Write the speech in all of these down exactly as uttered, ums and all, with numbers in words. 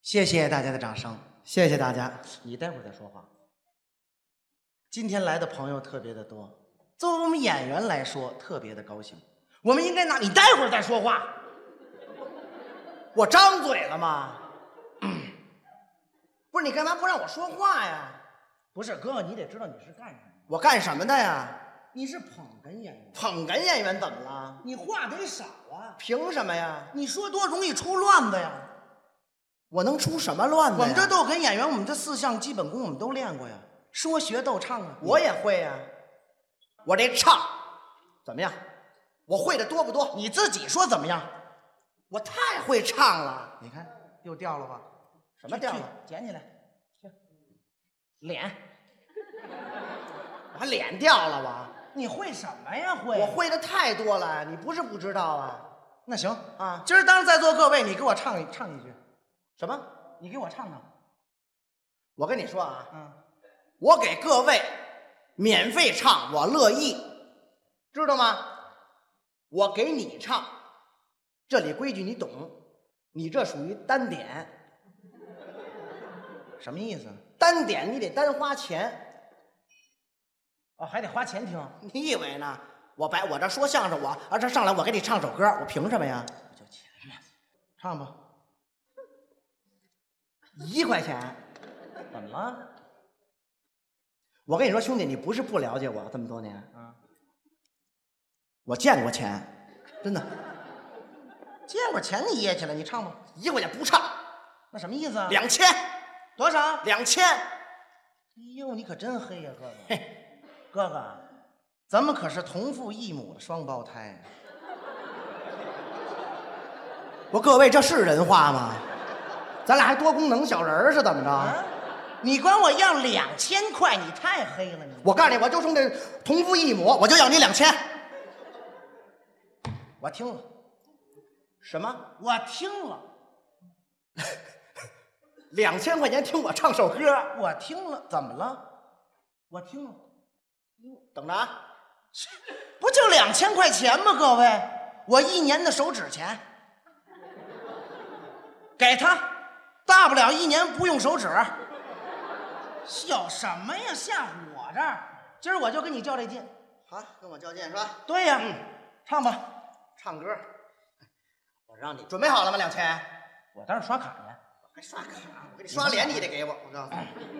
谢谢大家的掌声，谢谢大家。你待会儿再说话。今天来的朋友特别的多，作为我们演员来说，特别的高兴。我们应该拿……你待会儿再说话。我张嘴了吗？嗯、不是，你干嘛不让我说话呀？不是，哥哥，你得知道你是干什么。我干什么的呀？你是捧哏演员。捧哏演员怎么了？你话得少啊。凭什么呀？你说多容易出乱子呀。我能出什么乱子呀？我们这逗哏演员，我们这四项基本功我们都练过呀，说学逗唱啊，我也会呀。我这唱怎么样？我会的多不多？你自己说怎么样？我太会唱了。你看又掉了吧？什么掉了？捡起来。去。脸。我还脸掉了吧？你会什么呀？会？我会的太多了，你不是不知道啊。那行啊，今儿当着在座各位，你给我唱一唱一句。什么？你给我唱唱。我跟你说啊，嗯，我给各位免费唱，我乐意，知道吗？我给你唱，这里规矩你懂，你这属于单点。什么意思？单点你得单花钱。哦，还得花钱听？你以为呢？我白我这说相声，我啊这上来我给你唱首歌，我凭什么呀？不就钱吗？唱吧。一块钱？怎么了？我跟你说，兄弟，你不是不了解我这么多年啊，我见过钱，真的。见过钱你掖起来，你唱吧。一块钱不唱，那什么意思啊？两千。多少？两千。哎呦，你可真黑呀，哥哥。嘿，哥哥，咱们可是同父异母的双胞胎啊。不，各位，这是人话吗？咱俩还多功能小人儿是怎么着？啊、你管我要两千块，你太黑了你！我告诉你，我就冲这同父异母，我就要你两千。我听了。什么？我听了。两千块钱听我唱首歌，我听了，怎么了？我听了。等着啊，不就两千块钱吗？各位，我一年的手指钱，给他。大不了一年不用手指，有什么呀？吓唬我这儿，今儿我就跟你较这劲。好，跟我较劲是吧？对呀，嗯，唱吧，唱歌。我让你准备好了吗？两千？我当时刷卡呢，还刷卡？我给你刷脸，你也得给我。我告诉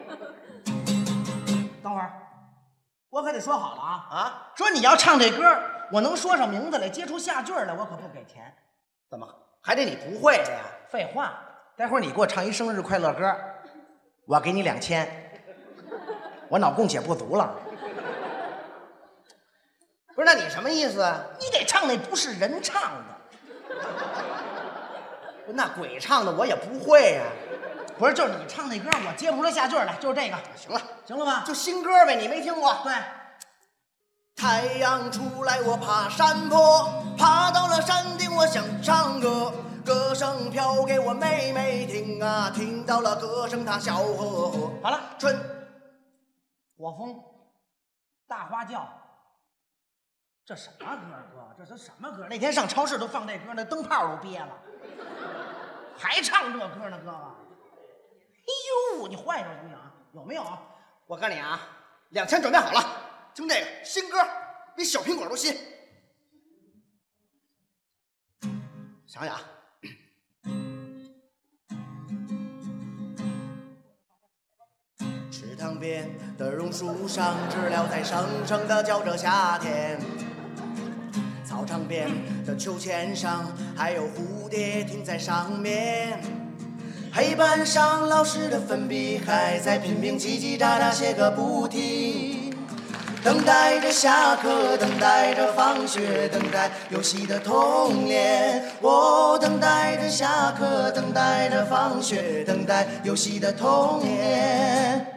你，等会儿，我可得说好了啊啊！说你要唱这歌，我能说上名字来，接出下句来，我可不给钱。怎么还得你不会的呀？废话。待会儿你给我唱一生日快乐歌，我给你两千，我脑供血不足了。不是，那你什么意思啊？你得唱那不是人唱的，那鬼唱的我也不会呀、啊。不是，就是你唱那歌，我接不出下句来，就是这个。行了，行了吧？就新歌呗，你没听过？对。太阳出来，我爬山坡，爬到了山顶，我想唱歌。歌声飘给我妹妹听啊，听到了歌声她笑呵呵。好了，春火风大花轿，这什么歌哥？这是什么歌？那天上超市都放这歌，那灯泡都憋了，还唱这歌呢，哥哥。哎呦，你换一首行不行啊？有没有？我告诉你啊，两千准备好了，听这个新歌，比小苹果都新。想想啊。池塘边的榕树上，知了在声声地叫着夏天。操场边的秋千上，还有蝴蝶停在上面。黑板上老师的粉笔还在拼命叽叽喳喳写个不停。等待着下课，等待着放学，等待游戏的童年。我等待着下课，等待着放学，等待游戏的童年。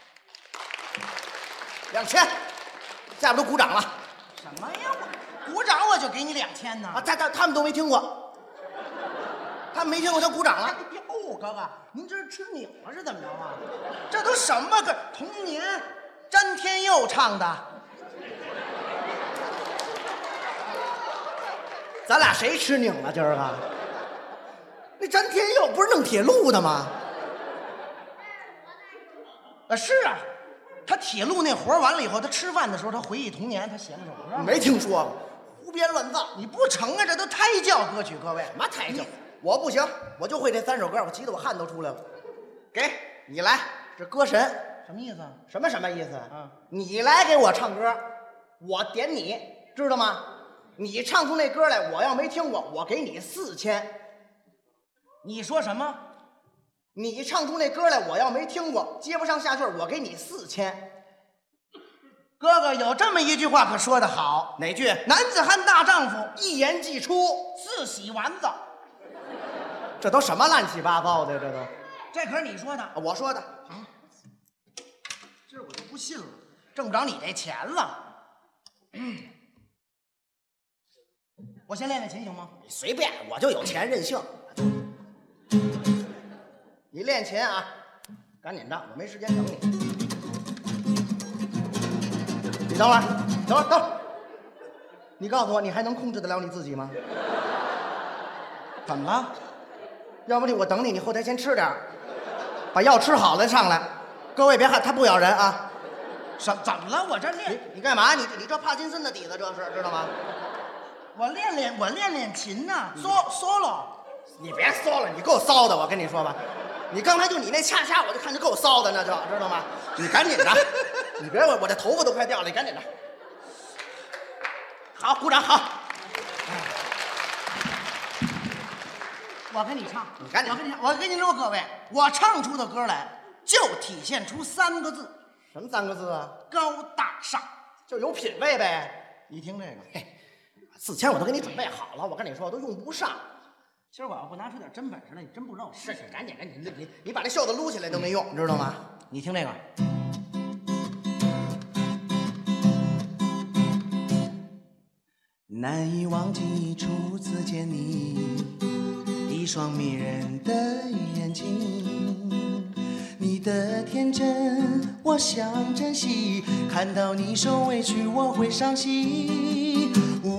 两千，下边都鼓掌了。什么呀？我鼓掌我就给你两千呢。啊，他他他们都没听过，他们没听过就鼓掌了。哟，哥哥，您这是吃拧了是怎么着啊？这都什么歌？童年。詹天佑唱的，咱俩谁吃拧了今儿个？那詹天佑不是弄铁路的吗？ 啊，是啊，他铁路那活完了以后，他吃饭的时候，他回忆童年，他写了首歌。 没听说过，胡编乱造。 你不成啊？这都胎教歌曲，各位。 什么抬轿？我不行，我就会这三首歌，我急得我汗都出来了。给你来，这歌神什么意思啊？ 什么什么意思？ 嗯， 你来给我唱歌，我点你，知道吗？你唱出那歌来，我要没听过，我给你四千。 你说什么？ 你唱出那歌来，我要没听过，接不上下句，我给你四千。 哥哥有这么一句话可说得好， 哪句？ 男子汉大丈夫， 一言既出， 自洗丸子。 这都什么乱七八糟的？这都， 这可是你说的， 我说的。 啊，今儿我就不信了，挣不着你这钱了。嗯，我先练练琴行吗？ 你随便，我就有钱任性。你练琴啊，赶紧的，我没时间等你。你等会儿，等会儿，等会儿。你告诉我，你还能控制得了你自己吗？ 怎么了？ 要不你我等你，你后台先吃点儿，把药吃好了再上来。各位别害，他不咬人啊。 什怎么了？我这练你你干嘛？你你这帕金森的底子，这是知道吗？ 我练练我练练琴呢，so solo。 你别骚了，你够骚的，我跟你说吧。你刚才就你那恰恰，我就看着够骚的，那就知道吗？你赶紧的，你别我我这头发都快掉了，你赶紧的。好，鼓掌好。 我跟你唱， 你赶紧我跟你唱，我跟你说，各位，我唱出的歌来，就体现出三个字， 什么三个字啊？ 高大上， 就有品位呗。 你听这个， 嘿，四千我都给你准备好了，我跟你说，我都用不上。 今儿我要不拿出点真本事来，你真不知道我是是，赶紧的，你你你你把这袖子撸起来都没用，你知道吗？ 你听这个。难以忘记初次见你，一双迷人的眼睛，你的天真我想珍惜，看到你受委屈我会伤心。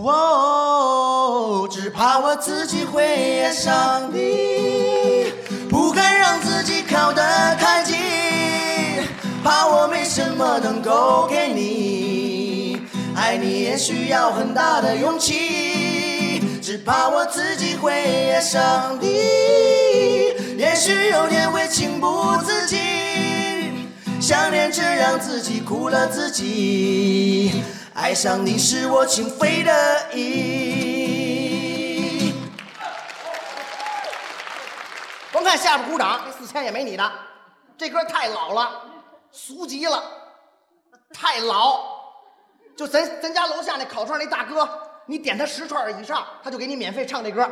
哦，只怕我自己会爱上你，不敢让自己靠得太近，怕我没什么能够给你，爱你也需要很大的勇气，只怕我自己会爱上你，也许有天会情不自禁，想念只让自己苦了自己，爱上你是我情非得已。 甭看下边鼓掌，这四千也没你的。这歌太老了，俗极了，太老。就咱咱家楼下那烤串那大哥，你点他十串以上，他就给你免费唱这歌，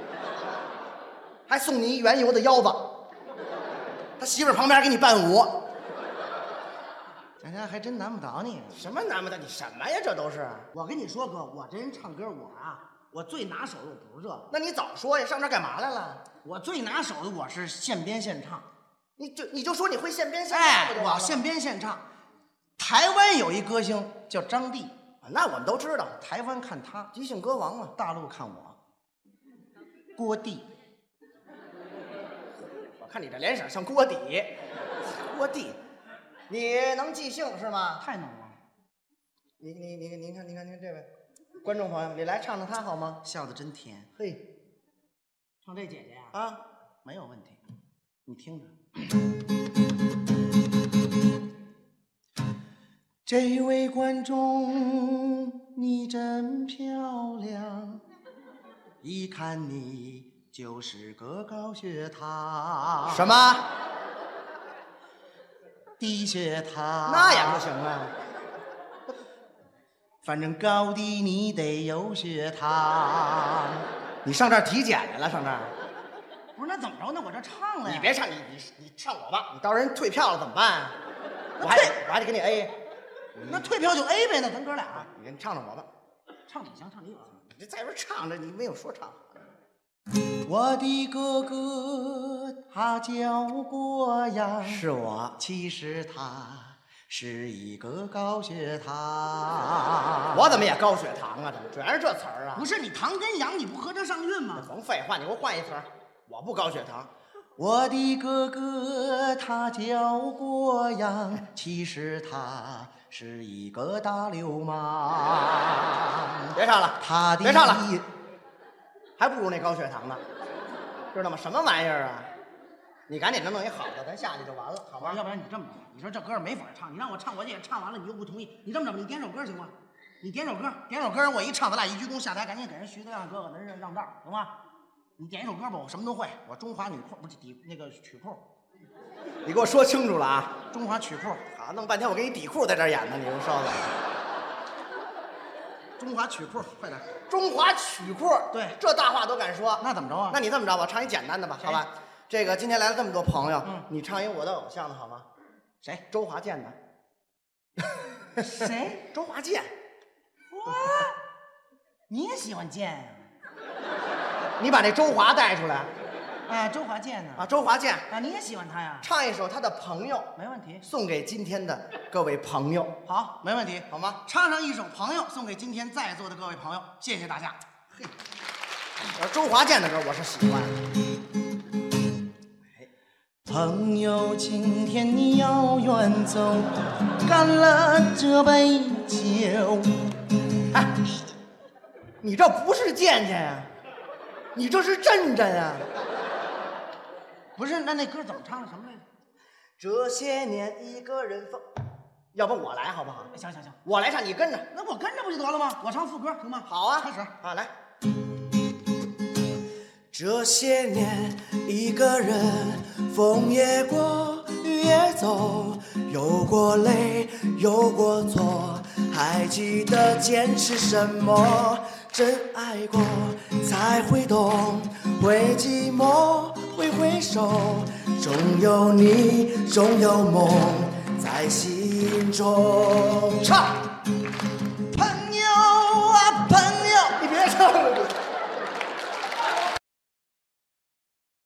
还送你一原油的腰子。他媳妇儿旁边给你伴舞。 咱家还真难不倒你。 什么难不倒你？什么呀？这都是。 我跟你说哥，我这人唱歌，我啊，我最拿手的我不是这个。 那你早说呀！上这干嘛来了？ 我最拿手的我是现编现唱。 你就你就说你会现编现唱哎不就完了， 我现编现唱。台湾有一歌星叫张帝， 那我们都知道， 台湾看他， 即兴歌王嘛。 大陆看我，郭帝。 我看你这脸色像锅底，锅底。你能即兴是吗？ 太能了。 你你你您看您看您这位观众朋友，你来唱唱他好吗？ 笑得真甜。 嘿， 唱这姐姐呀、 啊， 没有问题，你听着。这位观众，你真漂亮，一看你就是个高血糖。 什么？ 低血糖？ 那也不行啊。 反正高低你得有血糖。 你上这儿体检来了？上这儿？ 不是，那怎么着呢？我这唱了呀。 你别唱，你你你唱我吧。你到时候人退票了怎么办啊？我还得我还得给你 A。 那退票就 A 呗，那咱哥俩。 你你唱唱我吧。 唱你行，唱你有行。 你在这唱着，你没有说唱。 我的哥哥他叫郭阳， 是我。 其实他是一个高血糖。 我怎么也高血糖啊？怎么全是这词儿啊？ 不是你糖跟阳，你不合着上韵吗？ 甭废话，你给我换一词儿。我不高血糖， 我的哥哥他叫郭阳，其实他是一个大流氓。 别唱了， 他的别唱了，还不如那高血糖呢，知道吗？什么玩意儿啊！你赶紧的弄一好的，咱下去就完了，好吗？ 要不然你这么着，你说这歌没法唱，你让我唱，我也唱完了，你又不同意，你这么着吧，你点首歌行吗？你点首歌，点首歌，我一唱，咱俩一鞠躬下台，赶紧给人徐德亮哥哥那人让道，行吗？你点一首歌吧，我什么都会，我中华女裤不是底那个曲库， 你给我说清楚了啊！ 中华曲库， 好，弄半天我给你底裤在这儿演呢，你说稍等。 中华曲库，快点！ 中华曲库， 对， 这大话都敢说， 那怎么着啊？ 那你这么着吧，唱一简单的吧，好吧？这个今天来了这么多朋友， 嗯， 你唱一我的偶像的好吗？ 谁？ 周华健的。 谁？ 周华健。 我，你也喜欢健呀？ 你把那周华带出来。 啊，周华健呢？ 啊，周华健啊，你也喜欢他呀？ 唱一首他的朋友， 没问题， 送给今天的各位朋友。 好，没问题， 好吗？ 唱上一首《朋友》，送给今天在座的各位朋友，谢谢大家。 嘿，我说周华健的歌我是喜欢。 朋友，今天你要远走，干了这杯酒。 哎，你这不是健健呀，你这是震震呀。 不是，那那歌怎么唱的？什么来着？ 这些年一个人疯，要不我来好不好？ 行行行， 我来唱，你跟着。 那我跟着不就得了吗？我唱副歌行吗？ 好啊， 开始啊，来。这些年一个人，风也过，雨也走，有过泪，有过错，还记得坚持什么？真爱过才会懂，会寂寞，会回首，总有你，总有梦在心中。唱。